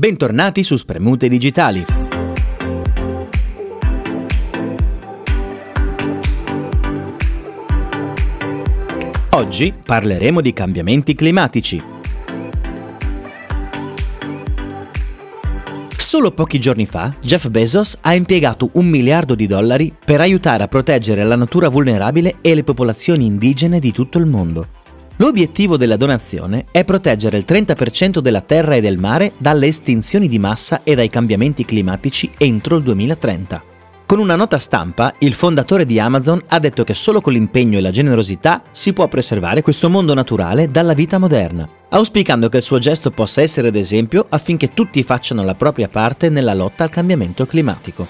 Bentornati su Spremute Digitali. Oggi parleremo di cambiamenti climatici. Solo pochi giorni fa, Jeff Bezos ha impiegato $1 miliardo per aiutare a proteggere la natura vulnerabile e le popolazioni indigene di tutto il mondo. L'obiettivo della donazione è proteggere il 30% della terra e del mare dalle estinzioni di massa e dai cambiamenti climatici entro il 2030. Con una nota stampa, il fondatore di Amazon ha detto che solo con l'impegno e la generosità si può preservare questo mondo naturale dalla vita moderna, auspicando che il suo gesto possa essere d'esempio affinché tutti facciano la propria parte nella lotta al cambiamento climatico.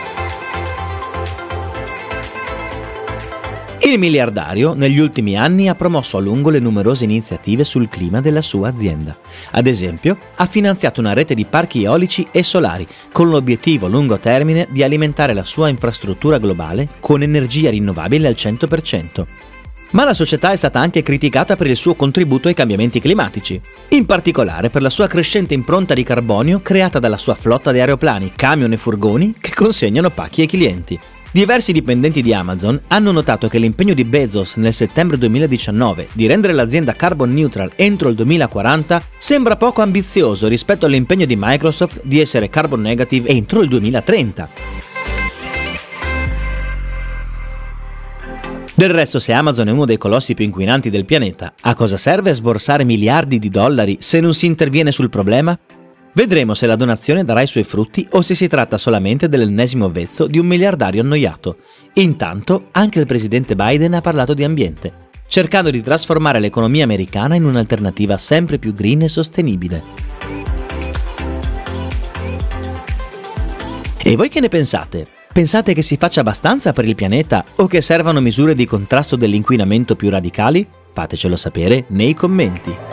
Il miliardario negli ultimi anni ha promosso a lungo le numerose iniziative sul clima della sua azienda. Ad esempio, ha finanziato una rete di parchi eolici e solari con l'obiettivo a lungo termine di alimentare la sua infrastruttura globale con energia rinnovabile al 100%. Ma la società è stata anche criticata per il suo contributo ai cambiamenti climatici, in particolare per la sua crescente impronta di carbonio creata dalla sua flotta di aeroplani, camion e furgoni che consegnano pacchi ai clienti. Diversi dipendenti di Amazon hanno notato che l'impegno di Bezos nel settembre 2019 di rendere l'azienda carbon neutral entro il 2040 sembra poco ambizioso rispetto all'impegno di Microsoft di essere carbon negative entro il 2030. Del resto, se Amazon è uno dei colossi più inquinanti del pianeta, a cosa serve sborsare miliardi di dollari se non si interviene sul problema? Vedremo se la donazione darà i suoi frutti o se si tratta solamente dell'ennesimo vezzo di un miliardario annoiato. Intanto, anche il presidente Biden ha parlato di ambiente, cercando di trasformare l'economia americana in un'alternativa sempre più green e sostenibile. E voi che ne pensate? Pensate che si faccia abbastanza per il pianeta o che servano misure di contrasto dell'inquinamento più radicali? Fatecelo sapere nei commenti.